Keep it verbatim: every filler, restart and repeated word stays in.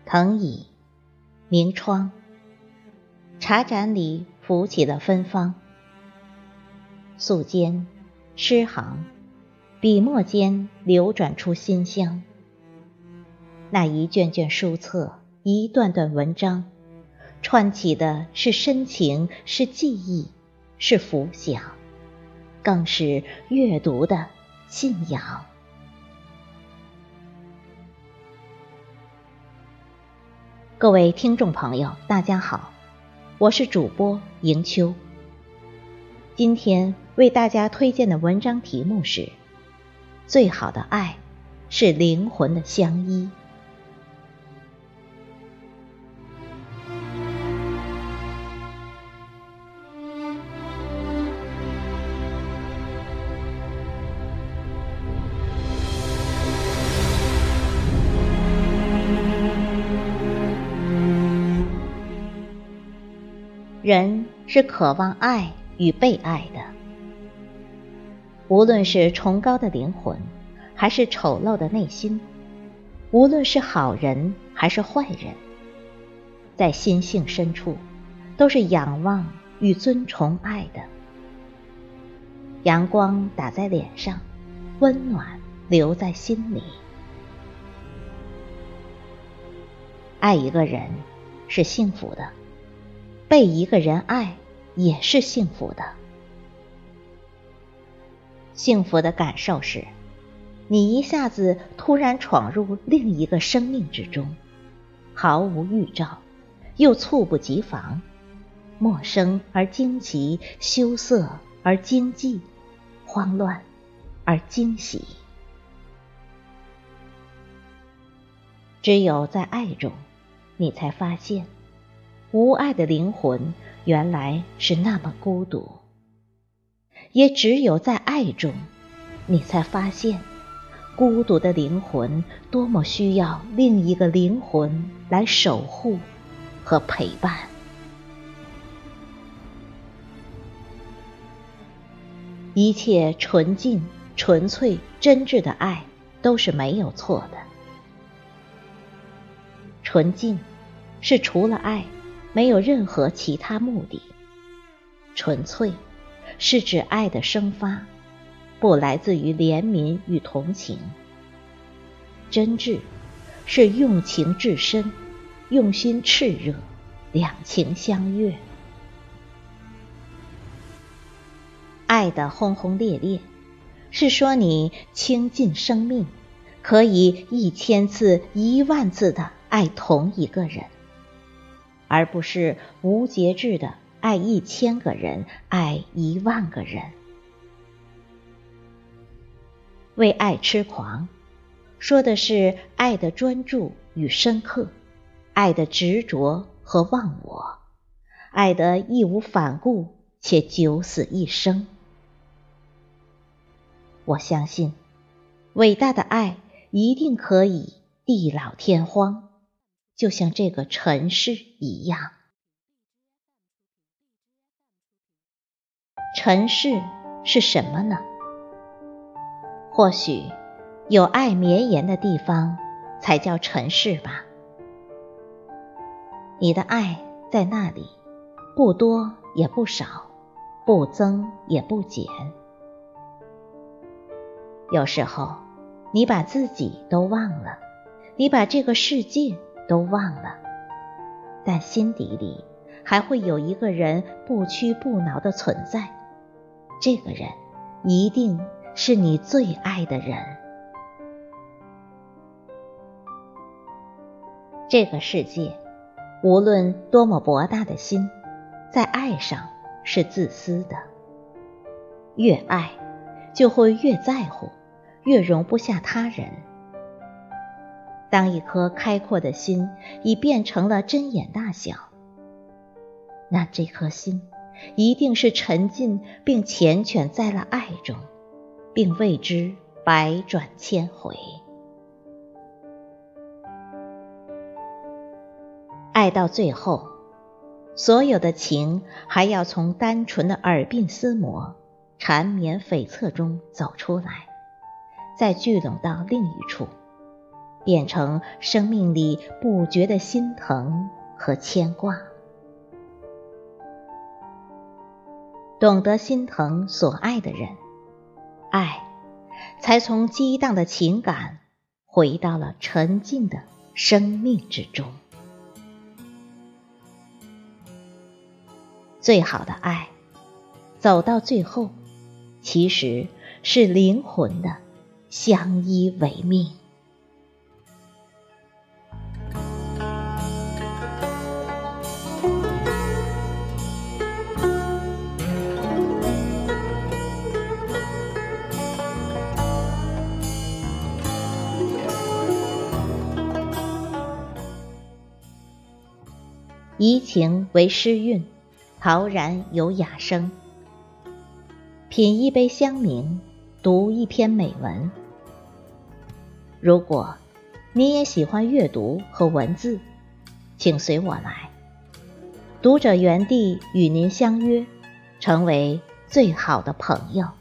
藤椅，明窗，茶盏里浮起了芬芳。素笺，诗行，笔墨间流转出馨香。那一卷卷书册，一段段文章，串起的是深情，是记忆，是浮想，更是阅读的信仰。各位听众朋友，大家好，我是主播迎秋。今天为大家推荐的文章题目是：最好的爱是灵魂的相依。人是渴望爱与被爱的，无论是崇高的灵魂，还是丑陋的内心，无论是好人还是坏人，在心性深处，都是仰望与尊崇爱的。阳光打在脸上，温暖留在心里。爱一个人是幸福的，被一个人爱也是幸福的。幸福的感受是，你一下子突然闯入另一个生命之中，毫无预兆，又猝不及防，陌生而惊奇，羞涩而惊悸，慌乱而惊喜。只有在爱中，你才发现无爱的灵魂原来是那么孤独，也只有在爱中，你才发现孤独的灵魂多么需要另一个灵魂来守护和陪伴。一切纯净、纯粹、真挚的爱都是没有错的。纯净是除了爱没有任何其他目的，纯粹是指爱的生发不来自于怜悯与同情，真挚是用情至深，用心炽热，两情相悦。爱的轰轰烈烈，是说你倾尽生命，可以一千次、一万次的爱同一个人，而不是无节制的爱一千个人，爱一万个人。为爱痴狂，说的是爱的专注与深刻，爱的执着和忘我，爱的义无反顾且九死一生。我相信，伟大的爱一定可以地老天荒，就像这个尘世一样。尘世是什么呢？或许有爱绵延的地方才叫尘世吧。你的爱在那里，不多也不少，不增也不减。有时候你把自己都忘了，你把这个世界都忘了，但心底里还会有一个人不屈不挠的存在，这个人一定是你最爱的人。这个世界无论多么博大的心，在爱上是自私的，越爱就会越在乎，越容不下他人。当一颗开阔的心已变成了针眼大小，那这颗心一定是沉浸并缱绻在了爱中，并为之百转千回。爱到最后，所有的情还要从单纯的耳鬓厮磨、缠绵悱恻中走出来，再聚拢到另一处， 变成生命里不觉的心疼和牵挂。懂得心疼所爱的人，爱才从激荡的情感回到了沉静的生命之中。最好的爱，走到最后，其实是灵魂的相依为命。怡情为诗韵，陶然有雅声。品一杯香茗，读一篇美文。如果你也喜欢阅读和文字，请随我来，读者园地与您相约，成为最好的朋友。